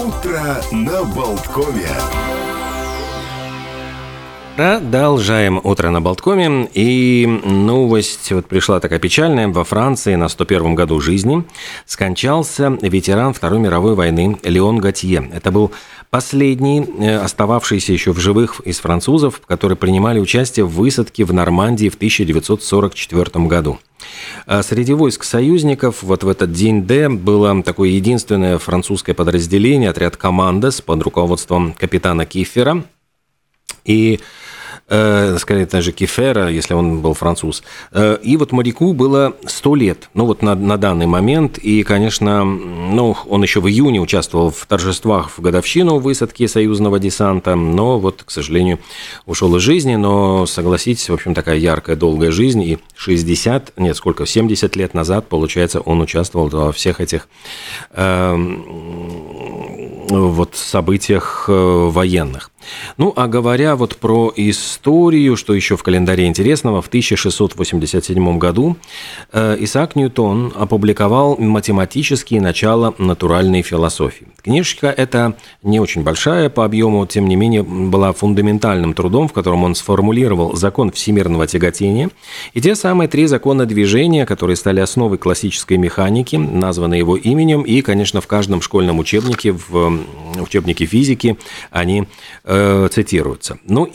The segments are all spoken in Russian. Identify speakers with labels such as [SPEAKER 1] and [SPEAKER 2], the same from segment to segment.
[SPEAKER 1] Утро на Болткоме.
[SPEAKER 2] Продолжаем «Утро на Болткоме». И новость пришла такая печальная. Во Франции на 101-м году жизни скончался ветеран Второй мировой войны Леон Готье. Это был последний остававшийся еще в живых из французов, которые принимали участие в высадке в Нормандии в 1944 году. Среди войск союзников в этот день Д было такое единственное французское подразделение, отряд «Командос» под руководством капитана Киффера. И, скорее, даже Кифера, если он был француз. И моряку было 100 лет, на данный момент. И, конечно, он еще в июне участвовал в торжествах в годовщину высадки союзного десанта, но, к сожалению, ушел из жизни. Но, согласитесь, в общем, такая яркая, долгая жизнь. И 70 лет назад, получается, он участвовал во всех этих событиях военных. А говоря про историю, что еще в календаре интересного, в 1687 году Исаак Ньютон опубликовал «Математические начала натуральной философии». Книжка эта не очень большая по объему, тем не менее была фундаментальным трудом, в котором он сформулировал закон всемирного тяготения и те самые 3 закона движения, которые стали основой классической механики, названы его именем, и, конечно, в каждом школьном учебнике, в учебнике физики они цитируются.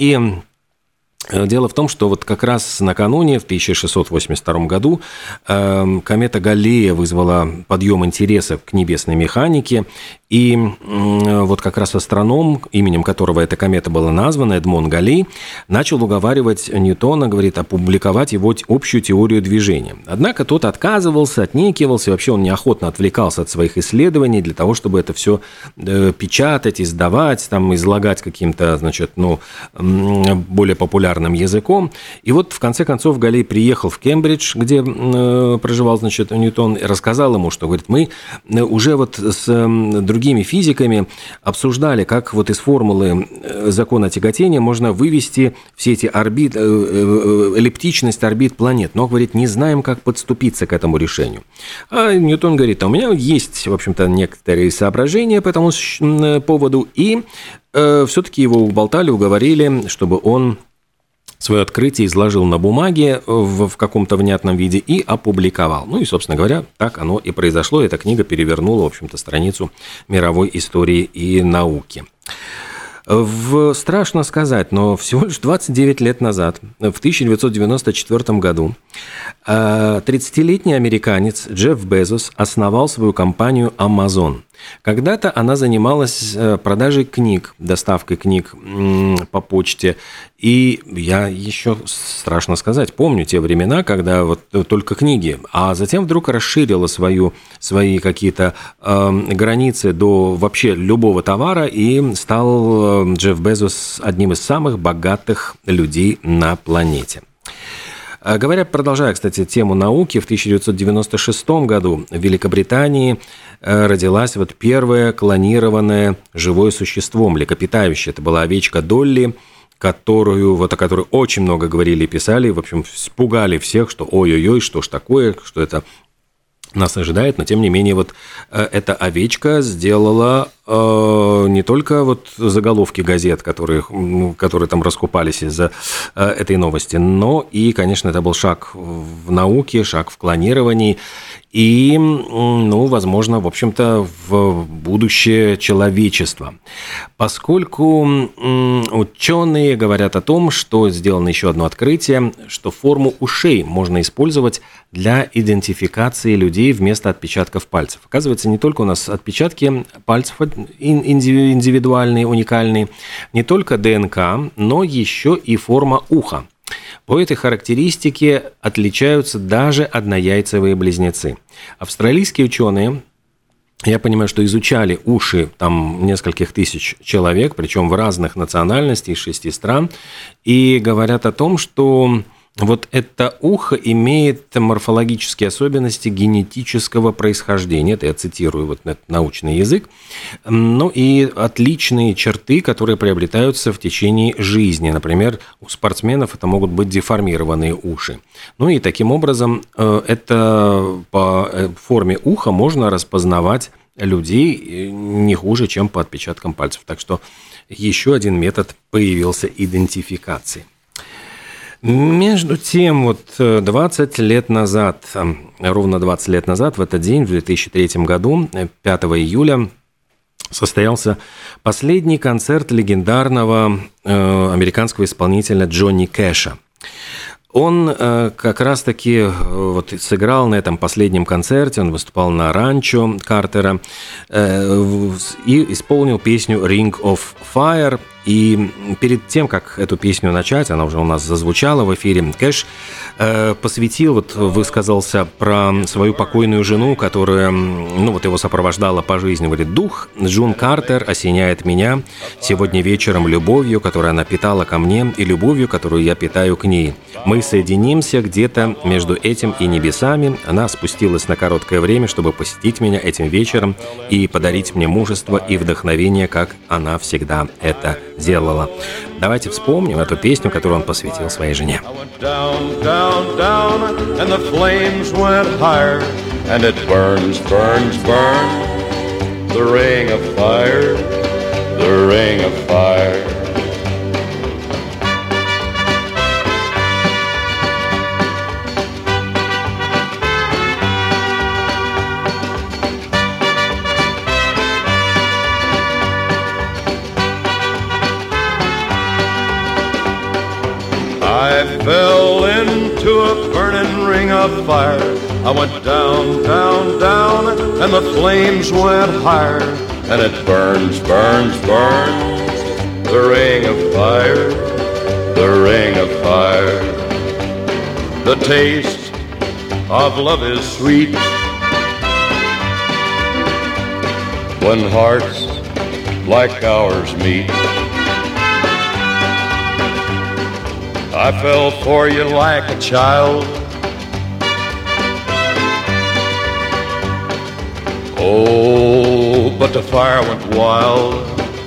[SPEAKER 2] Дело в том, что как раз накануне, в 1682 году, комета Галлея вызвала подъем интереса к небесной механике, и как раз астроном, именем которого эта комета была названа, Эдмон Галлей, начал уговаривать Ньютона, опубликовать его общую теорию движения. Однако тот отказывался, отнекивался, вообще он неохотно отвлекался от своих исследований для того, чтобы это все печатать, издавать, излагать каким-то, более популярным языком. И в конце концов Галлей приехал в Кембридж, где проживал, Ньютон, и рассказал ему, что, мы уже с другими физиками обсуждали, как из формулы закона тяготения можно вывести все эти эллиптичность орбит планет, но, не знаем, как подступиться к этому решению. А Ньютон говорит, у меня есть, в общем-то, некоторые соображения по этому поводу, и все-таки его уболтали, уговорили, чтобы он свое открытие изложил на бумаге в каком-то внятном виде и опубликовал. И, собственно говоря, так оно и произошло. Эта книга перевернула, в общем-то, страницу мировой истории и науки. Страшно сказать, но всего лишь 29 лет назад, в 1994 году, 30-летний американец Джефф Безос основал свою компанию Amazon. Когда-то она занималась продажей книг, доставкой книг по почте. И я еще, страшно сказать, помню те времена, когда только книги, а затем вдруг расширила свои какие-то границы до вообще любого товара, и стал Джефф Безос одним из самых богатых людей на планете. Продолжая, кстати, тему науки, в 1996 году в Великобритании родилась первое клонированное живое существо, млекопитающее. Это была овечка Долли, о которой очень много говорили и писали, в общем, испугали всех, что ой-ой-ой, что ж такое, что это нас ожидает, но тем не менее эта овечка сделала не только заголовки газет, которые там раскупались из-за этой новости, но и, конечно, это был шаг в науке, шаг в клонировании и, возможно, в общем-то, в будущее человечества. Поскольку ученые говорят о том, что сделано еще одно открытие, что форму ушей можно использовать для идентификации людей вместо отпечатков пальцев. Оказывается, не только у нас отпечатки пальцев индивидуальные, уникальные, не только ДНК, но еще и форма уха. По этой характеристике отличаются даже однояйцевые близнецы. Австралийские ученые, я понимаю, что изучали уши нескольких тысяч человек, причем в разных национальностях из 6 стран, и говорят о том, что это ухо имеет морфологические особенности генетического происхождения, это я цитирую этот научный язык, и отличные черты, которые приобретаются в течение жизни. Например, у спортсменов это могут быть деформированные уши. И таким образом это по форме уха можно распознавать людей не хуже, чем по отпечаткам пальцев. Так что еще один метод появился идентификации. Между тем, вот 20 лет назад, ровно 20 лет назад, в этот день, в 2003 году, 5 июля, состоялся последний концерт легендарного американского исполнителя Джонни Кэша. Он как раз-таки вот сыграл на этом последнем концерте, он выступал на ранчо Картера и исполнил песню «Ring of Fire». И перед тем, как эту песню начать, она уже у нас зазвучала в эфире, Кэш посвятил, высказался про свою покойную жену, которая, его сопровождала по жизни. Говорит: «Дух Джун Картер осеняет меня сегодня вечером любовью, которую она питала ко мне, и любовью, которую я питаю к ней. Мы соединимся где-то между этим и небесами. Она спустилась на короткое время, чтобы посетить меня этим вечером и подарить мне мужество и вдохновение, как она всегда это делала». Давайте вспомним эту песню, которую он посвятил своей жене.
[SPEAKER 3] I fell into a burning ring of fire. I went down, down, down, and the flames went higher. And it burns, burns, burns, the ring of fire, the ring of fire. The taste of love is sweet when hearts like ours meet. I fell for you like a child. Oh, but the fire went wild.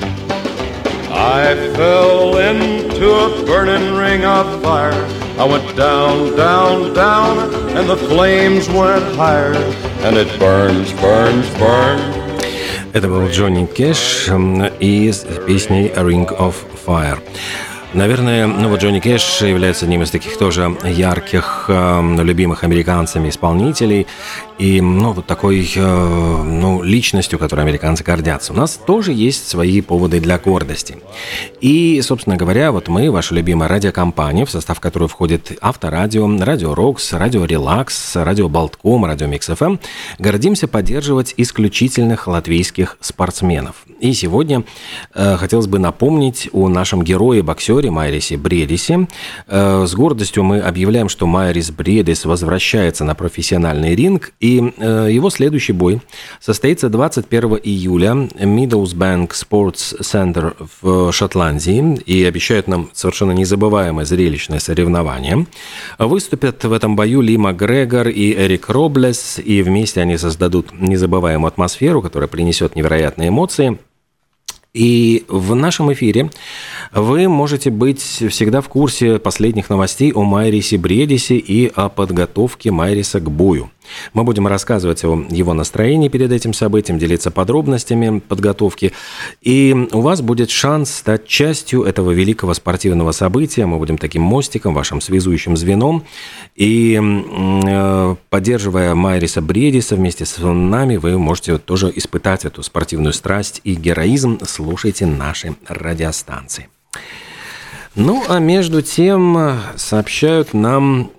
[SPEAKER 3] I fell into a burning ring of fire. I went down, down, down, and the flames went higher. And it burns, burns, burns.
[SPEAKER 2] Это был Джонни Кэш и с песней «Ring of Fire». Наверное, Джонни Кэш является одним из таких тоже ярких, любимых американцами исполнителей и, такой, личностью, которой американцы гордятся. У нас тоже есть свои поводы для гордости. И, собственно говоря, мы, ваша любимая радиокомпания, в состав которой входит Авторадио, Радио Рокс, Радио Релакс, Радио Болтком, Радио Микс ФМ, гордимся поддерживать исключительных латвийских спортсменов. И сегодня хотелось бы напомнить о нашем герое-боксере Майрисе Бриедисе. С гордостью мы объявляем, что Майрис Бриедис возвращается на профессиональный ринг, и его следующий бой состоится 21 июля в Meadowbank Sports Center в Шотландии, и обещают нам совершенно незабываемое зрелищное соревнование. Выступят в этом бою Ли Макгрегор и Эрик Роблес, и вместе они создадут незабываемую атмосферу, которая принесет невероятные эмоции. И в нашем эфире вы можете быть всегда в курсе последних новостей о Майрисе Бриедисе и о подготовке Майриса к бою. Мы будем рассказывать о его настроении перед этим событием, делиться подробностями подготовки. И у вас будет шанс стать частью этого великого спортивного события. Мы будем таким мостиком, вашим связующим звеном. И поддерживая Майриса Бриедиса вместе с нами, вы можете тоже испытать эту спортивную страсть и героизм. Слушайте наши радиостанции. А между тем сообщают нам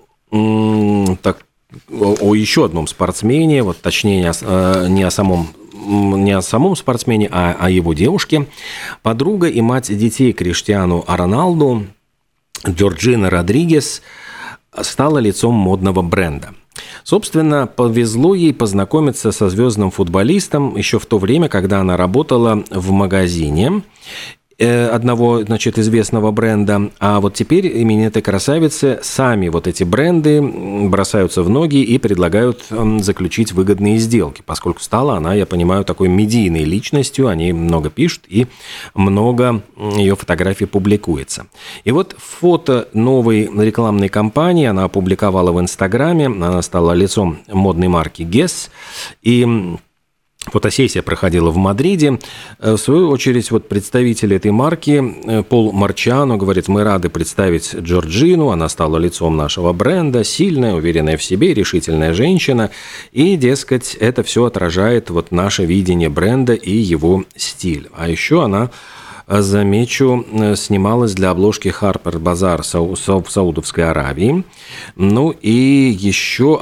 [SPEAKER 2] о еще одном спортсмене, точнее не о самом спортсмене, а о его девушке. Подруга и мать детей Криштиану Роналду, Джорджина Родригес, стала лицом модного бренда. Собственно, повезло ей познакомиться со звездным футболистом еще в то время, когда она работала в магазине одного, известного бренда. А теперь именитые красавицы сами эти бренды бросаются в ноги и предлагают заключить выгодные сделки, поскольку стала она, я понимаю, такой медийной личностью, они много пишут и много ее фотографий публикуется. И фото новой рекламной кампании она опубликовала в Инстаграме, она стала лицом модной марки Guess, и Фотосессия проходила в Мадриде. В свою очередь, вот представитель этой марки Пол Марчиано говорит: мы рады представить Джорджину, она стала лицом нашего бренда, сильная, уверенная в себе, решительная женщина, и, дескать, это все отражает вот наше видение бренда и его стиль. А еще она, замечу, снималась для обложки Harper Bazaar в Саудовской Аравии. Ну и еще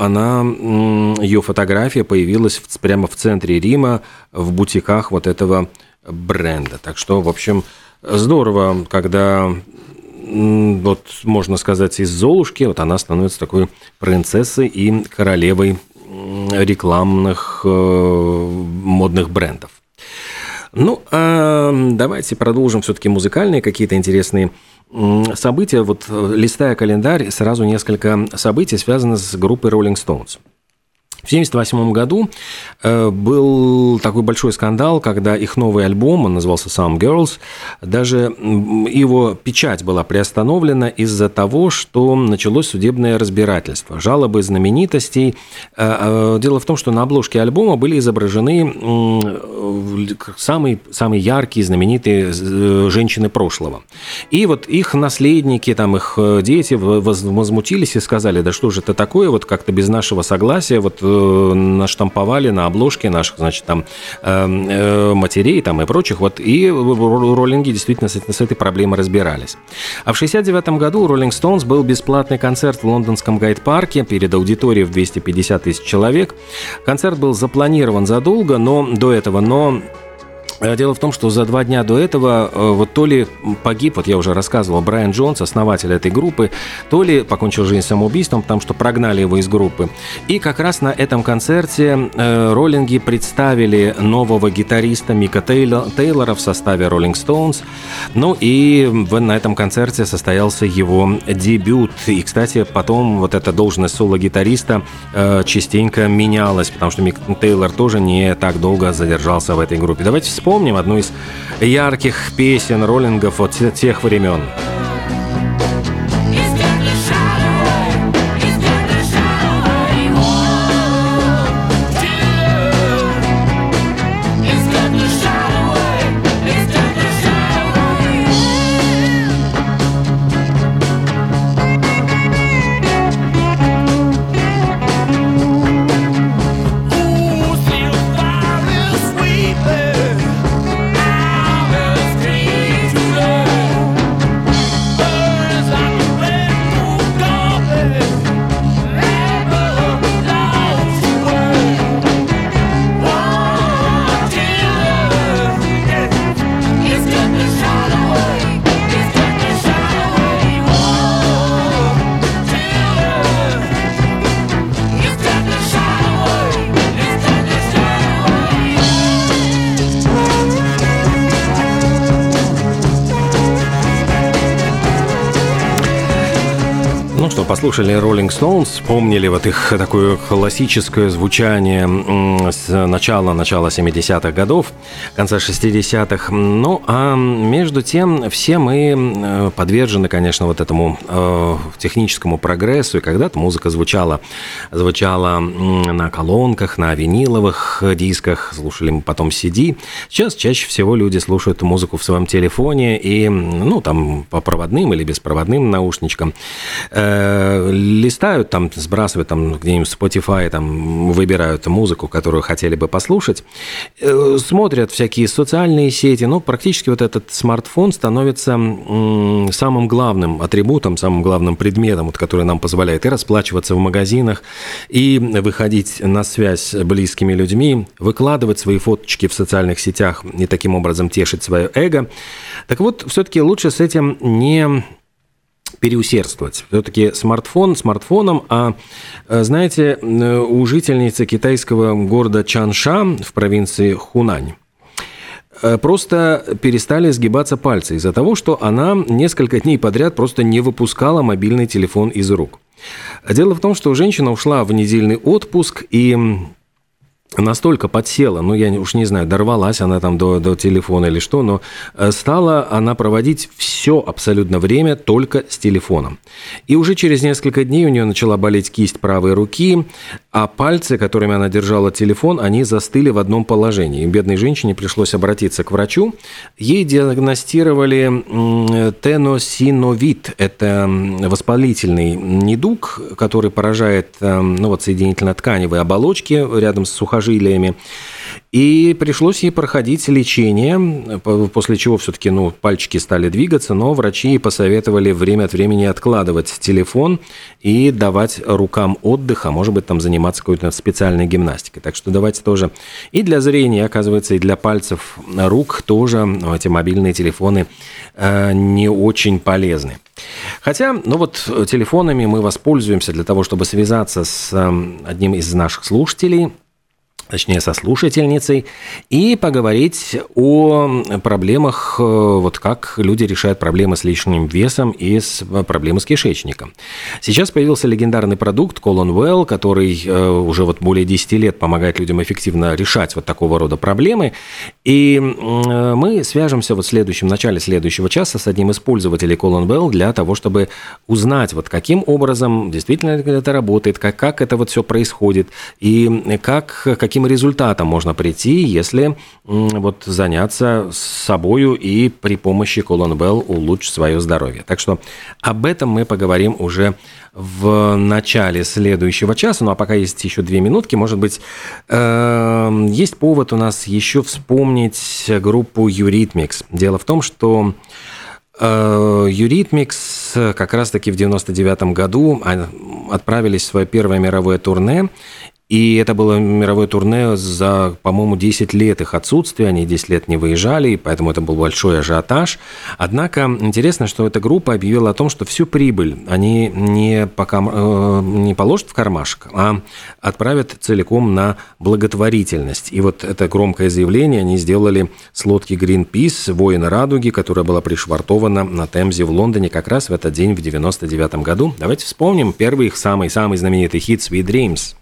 [SPEAKER 2] ее фотография появилась прямо в центре Рима, в бутиках вот этого бренда. Так что, в общем, здорово, когда, вот можно сказать, из Золушки вот она становится такой принцессой и королевой рекламных модных брендов. Ну, давайте продолжим все-таки музыкальные какие-то интересные события. Вот, листая календарь, сразу несколько событий, связанных с группой Rolling Stones. В 1978 году был такой большой скандал, когда их новый альбом, он назывался Some Girls, даже его печать была приостановлена из-за того, что началось судебное разбирательство, жалобы знаменитостей. Дело в том, что на обложке альбома были изображены самые яркие, знаменитые женщины прошлого. И вот их наследники, там, их дети возмутились и сказали: да что же это такое, вот как-то без нашего согласия, вот наштамповали на обложке наших, значит, там, матерей там, и прочих, вот, и роллинги действительно с этой проблемой разбирались. А в 1969 году у Rolling Stones был бесплатный концерт в лондонском Гайд-парке перед аудиторией в 250 тысяч человек. Концерт был запланирован задолго, но дело в том, что за 2 дня до этого вот то ли погиб, вот я уже рассказывал, Брайан Джонс, основатель этой группы, то ли покончил жизнь самоубийством, потому что прогнали его из группы. И как раз на этом концерте роллинги представили нового гитариста Мика Тейлора в составе Rolling Stones. Ну и на этом концерте состоялся его дебют. И, кстати, потом вот эта должность соло-гитариста частенько менялась, потому что Мик Тейлор тоже не так долго задержался в этой группе. Давайте вспомним одну из ярких песен роллингов от тех времен. Послушали Rolling Stones, вспомнили вот их такое классическое звучание с начала 70-х годов, конца 60-х. Ну, а между тем все мы подвержены, конечно, вот этому техническому прогрессу, и когда-то музыка звучала на колонках, на виниловых дисках, слушали мы потом CD. Сейчас чаще всего люди слушают музыку в своем телефоне и, ну, там, по проводным или беспроводным наушничкам. Листают, там, сбрасывают там, где-нибудь в Spotify, там, выбирают музыку, которую хотели бы послушать, смотрят всякие социальные сети, но практически вот этот смартфон становится самым главным атрибутом, самым главным предметом, вот, который нам позволяет и расплачиваться в магазинах, и выходить на связь с близкими людьми, выкладывать свои фоточки в социальных сетях и таким образом тешить свое эго. Так вот, все-таки лучше с этим не переусердствовать. Все-таки смартфоном, а знаете, у жительницы китайского города Чанша в провинции Хунань просто перестали сгибаться пальцы из-за того, что она несколько дней подряд просто не выпускала мобильный телефон из рук. Дело в том, что женщина ушла в недельный отпуск, и настолько подсела, ну, я уж не знаю, дорвалась она там до телефона или что, но стала она проводить все абсолютно время только с телефоном. И уже через несколько дней у нее начала болеть кисть правой руки, а пальцы, которыми она держала телефон, они застыли в одном положении. Бедной женщине пришлось обратиться к врачу. Ей диагностировали теносиновит. Это воспалительный недуг, который поражает соединительно-тканевые оболочки рядом с сухожилиями. И пришлось ей проходить лечение, после чего все-таки пальчики стали двигаться, но врачи ей посоветовали время от времени откладывать телефон и давать рукам отдых, а может быть там заниматься какой-то специальной гимнастикой. Так что давайте тоже и для зрения, оказывается, и для пальцев рук тоже эти мобильные телефоны не очень полезны. Хотя, телефонами мы воспользуемся для того, чтобы связаться с одним из наших слушателей, точнее, со слушательницей, и поговорить о проблемах, как люди решают проблемы с лишним весом и проблемы с кишечником. Сейчас появился легендарный продукт Colon Well, который уже более 10 лет помогает людям эффективно решать такого рода проблемы. И мы свяжемся в начале следующего часа с одним из пользователей Colon Well для того, чтобы узнать, каким образом действительно это работает, как это все происходит, и каким результатам можно прийти, если заняться собою и при помощи Colon Well улучшить свое здоровье. Так что об этом мы поговорим уже в начале следующего часа. Ну а пока есть еще 2 минутки, может быть, есть повод у нас еще вспомнить группу Eurythmics. Дело в том, что Eurythmics как раз-таки в 1999 году отправились в свое первое мировое турне. И это было мировое турне за, по-моему, 10 лет их отсутствия. Они 10 лет не выезжали, и поэтому это был большой ажиотаж. Однако интересно, что эта группа объявила о том, что всю прибыль они не положат в кармашек, а отправят целиком на благотворительность. И это громкое заявление они сделали с лодки Greenpeace «Воины радуги», которая была пришвартована на Темзе в Лондоне как раз в этот день в 1999 году. Давайте вспомним первый их самый знаменитый хит «Sweet Dreams».